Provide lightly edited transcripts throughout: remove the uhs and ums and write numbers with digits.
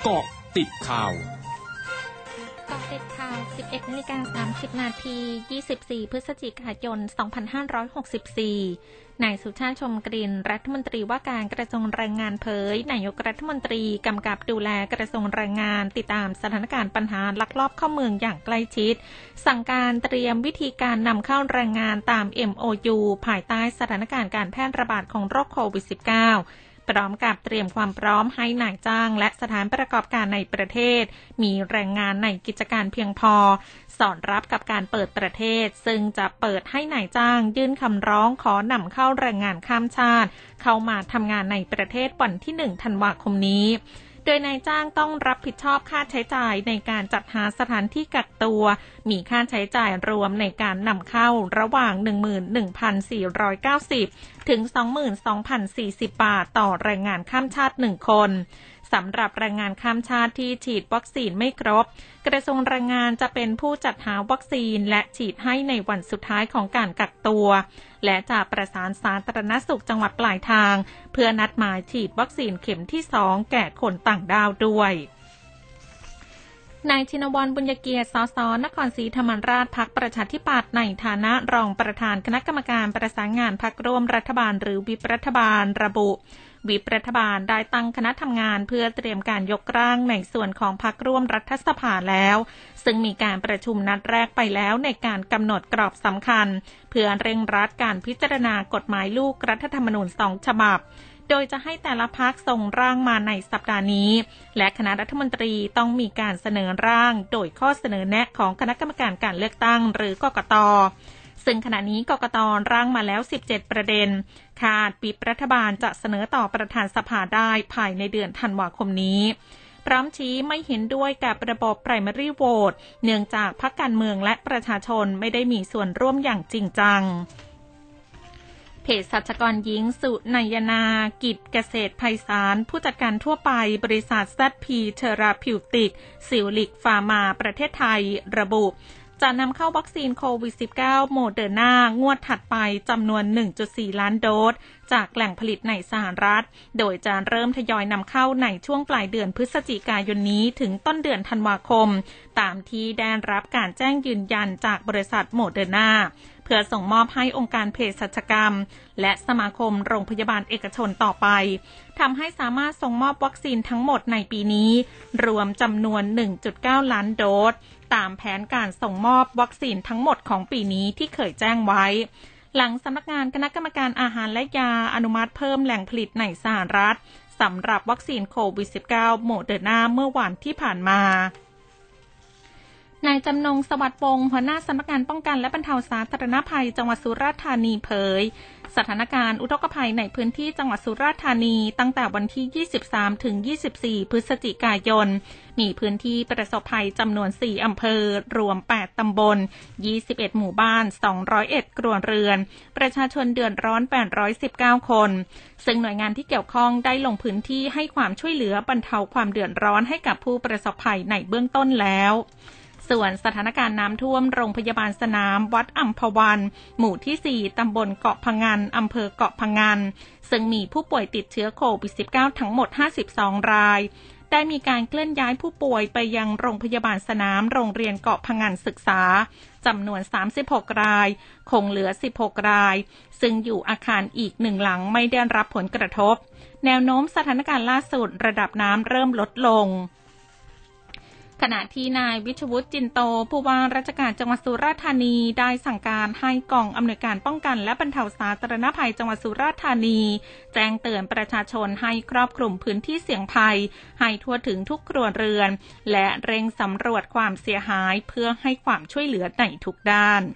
เกาะติดข่าวเกาะติดข่าว 11:30 นาที 24 พฤศจิกายน 2564 นายสุชาติชมกลิ่นรัฐมนตรีว่าการกระทรวงแรงงานเผยนายกรัฐมนตรีกำกับดูแลกระทรวงแรงงานติดตามสถานการณ์ปัญหาลักลอบเข้าเมืองอย่างใกล้ชิดสั่งการเตรียมวิธีการนำเข้าแรงงานตาม MOU ภายใต้สถานการณ์การแพร่ระบาดของโรคโควิด -19พร้อมกับเตรียมความพร้อมให้นายจ้างและสถานประกอบการในประเทศมีแรงงานในกิจการเพียงพอสอดรับกับการเปิดประเทศซึ่งจะเปิดให้นายจ้างยื่นคำร้องขอนำเข้าแรงงานข้ามชาติเข้ามาทำงานในประเทศวันที่ 1 ธันวาคมนี้โดยนายจ้างต้องรับผิดชอบค่าใช้จ่ายในการจัดหาสถานที่กักตัวมีค่าใช้จ่ายรวมในการนำเข้าระหว่าง 11,490 ถึง 22,040 บาทต่อแรงงานข้ามชาติ 1 คนสำหรับแรงงานข้ามชาติที่ฉีดวัคซีนไม่ครบกระทรวงแรงงานจะเป็นผู้จัดหาวัคซีนและฉีดให้ในวันสุดท้ายของการกักตัวและจะประสานสาธารณสุขจังหวัดปลายทางเพื่อนัดหมายฉีดวัคซีนเข็มที่ 2 แก่คนต่างด้าวด้วยนายชินวร บุญเกียรติ สส นครศรีธรรมราชพรรคประชาธิปัตย์ในฐานะรองประธานคณะกรรมการประสานงานพรรคร่วมรัฐบาลหรือวิปรัฐบาลระบุวิปรัฐบาลได้ตั้งคณะทำงานเพื่อเตรียมการยกร่างในส่วนของพรรคร่วมรัฐสภาแล้วซึ่งมีการประชุมนัดแรกไปแล้วในการกำหนดกรอบสำคัญเพื่อเร่งรัดการพิจารณากฎหมายลูกรัฐธรรมนูญ2 ฉบับโดยจะให้แต่ละพรรคส่งร่างมาในสัปดาห์นี้และคณะรัฐมนตรีต้องมีการเสนอร่างโดยข้อเสนอแนะของคณะกรรมการการเลือกตั้งหรือกกต.ซึ่งขณะนี้กกต.ร่างมาแล้ว17ประเด็นคาดวิปรัฐบาลจะเสนอต่อประธานสภาได้ภายในเดือนธันวาคมนี้พร้อมชี้ไม่เห็นด้วยกับระบบ primary vote เนื่องจากพรรคการเมืองและประชาชนไม่ได้มีส่วนร่วมอย่างจริงจังเภสัชกรหญิงสุนัยนากิจเกษตรไพศาลผู้จัดการทั่วไปบริษัท ZP Therapeutics ซิลลิกฟาร์มาประเทศไทยระบุจะนำเข้าวัคซีนโควิด -19 โมเดอร์นางวดถัดไปจำนวน 1.4 ล้านโดสจากแหล่งผลิตในสหรัฐโดยจะเริ่มทยอยนำเข้าในช่วงปลายเดือนพฤศจิกายนนี้ถึงต้นเดือนธันวาคมตามที่ได้รับการแจ้งยืนยันจากบริษัทโมเดอร์นาเพื่อส่งมอบให้องค์การเภสัชกรรมและสมาคมโรงพยาบาลเอกชนต่อไปทำให้สามารถส่งมอบวัคซีนทั้งหมดในปีนี้รวมจำนวน 1.9 ล้านโดสตามแผนการส่งมอบวัคซีนทั้งหมดของปีนี้ที่เคยแจ้งไว้หลังสำนักงานคณะกรรมการอาหารและยาอนุมัติเพิ่มแหล่งผลิตในสหรัฐสำหรับวัคซีนโควิด -19 โมเดอร์นาเมื่อวันที่ผ่านมานายจำนงสวัสดิ์วงศ์หัวหน้าสำนักงานป้องกันและบรรเทาสาธารณภัยจังหวัดสุราษฎร์ธานีเผยสถานการณ์อุทกภัยในพื้นที่จังหวัดสุราษฎร์ธานีตั้งแต่วันที่ 23 ถึง 24 พฤศจิกายนมีพื้นที่ประสบภัยจำนวน 4 อำเภอรวม 8 ตำบล 21 หมู่บ้าน 201 ครัวเรือนประชาชนเดือดร้อน 819 คนซึ่งหน่วยงานที่เกี่ยวข้องได้ลงพื้นที่ให้ความช่วยเหลือบรรเทาความเดือดร้อนให้กับผู้ประสบภัยในเบื้องต้นแล้วส่วนสถานการณ์น้ำท่วมโรงพยาบาลสนามวัดอัมพวันหมู่ที่ 4 ตำบลเกาะพะงันอำเภอเกาะพะงันซึ่งมีผู้ป่วยติดเชื้อโควิด -19 ทั้งหมด 52 รายได้มีการเคลื่อนย้ายผู้ป่วยไปยังโรงพยาบาลสนามโรงเรียนเกาะพะงันศึกษาจำนวน 36 รายคงเหลือ 16 รายซึ่งอยู่อาคารอีก1หลังไม่ได้รับผลกระทบแนวโน้มสถานการณ์ล่าสุดระดับน้ำเริ่มลดลงขณะที่นายวิชวุฒิจินโตผู้ว่าราชการจังหวัดสุราษฎร์ธานีได้สั่งการให้กองอำนวยการป้องกันและบรรเทาสาธารณภัยจังหวัดสุราษฎร์ธานีแจ้งเตือนประชาชนให้ครอบคลุมพื้นที่เสี่ยงภัยให้ทั่วถึงทุกครัวเรือนและเร่งสำรวจความเสียหายเพื่อให้ความช่วยเหลือในทุกด้าน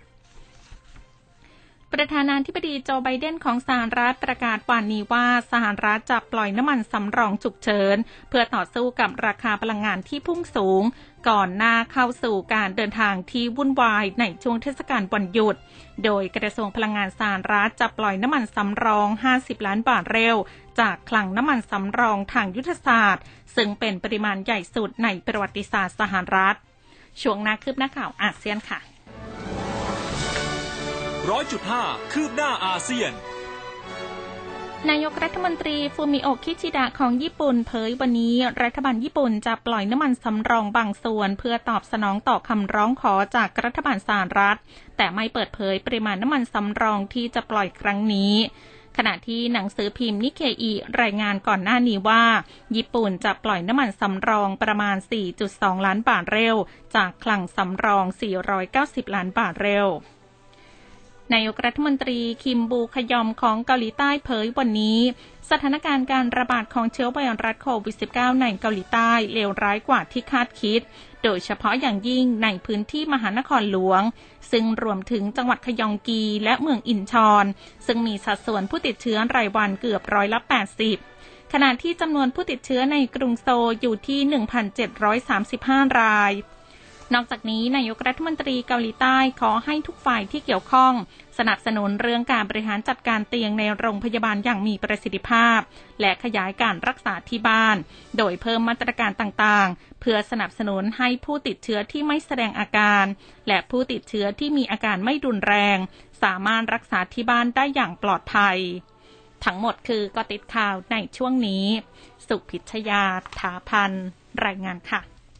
ประธานาธิบดีโจไบเดนของสหรัฐประกาศวันนี้ว่าสหรัฐจะปล่อยน้ำมันสำรองฉุกเฉินเพื่อต่อสู้กับราคาพลังงานที่พุ่งสูงก่อนหน้าเข้าสู่การเดินทางที่วุ่นวายในช่วงเทศกาลวันหยุดโดยกระทรวงพลังงานสหรัฐจะปล่อยน้ำมันสำรอง50 ล้านบาร์เรลจากคลังน้ำมันสำรองทางยุทธศาสตร์ซึ่งเป็นปริมาณใหญ่สุดในประวัติศาสตร์สหรัฐช่วงหน้าคืบหน้าข่าวอาเซียนค่ะ 100.5 คืบหน้าอาเซียนนายกรัฐมนตรีฟูมิโอะคิชิดะของญี่ปุ่นเผยวันนี้รัฐบาลญี่ปุ่นจะปล่อยน้ำมันสำรองบางส่วนเพื่อตอบสนองต่อคำร้องขอจากรัฐบาลสหรัฐแต่ไม่เปิดเผยปริมาณน้ำมันสำรองที่จะปล่อยครั้งนี้ขณะที่หนังสือพิมพ์นิเคอิรายงานก่อนหน้านี้ว่าญี่ปุ่นจะปล่อยน้ำมันสำรองประมาณ 4.2 ล้านบาร์เรลจากคลังสำรอง 490 ล้านบาร์เรลนายกรัฐมนตรีคิมบูขยอมของเกาหลีใต้เผยวันนี้สถานการณ์การระบาดของเชื้อไวรัสโควิด -19 ในเกาหลีใต้เลวร้ายกว่าที่คาดคิดโดยเฉพาะอย่างยิ่งในพื้นที่มหานครหลวงซึ่งรวมถึงจังหวัดขยองกีและเมืองอินชอนซึ่งมีสัดส่วนผู้ติดเชื้อรายวันเกือบ80%ขณะที่จำนวนผู้ติดเชื้อในกรุงโซลอยู่ที่ 1,735 รายนอกจากนี้นายกรัฐมนตรีเกาหลีใต้ขอให้ทุกฝ่ายที่เกี่ยวข้องสนับสนุนเรื่องการบริหารจัดการเตียงในโรงพยาบาลอย่างมีประสิทธิภาพและขยายการรักษาที่บ้านโดยเพิ่มมาตรการต่างๆเพื่อสนับสนุนให้ผู้ติดเชื้อที่ไม่แสดงอาการและผู้ติดเชื้อที่มีอาการไม่รุนแรงสามารถรักษาที่บ้านได้อย่างปลอดภัยทั้งหมดคือก็ติดข่าวในช่วงนี้สุพิชยา ถาพันรายงานค่ะ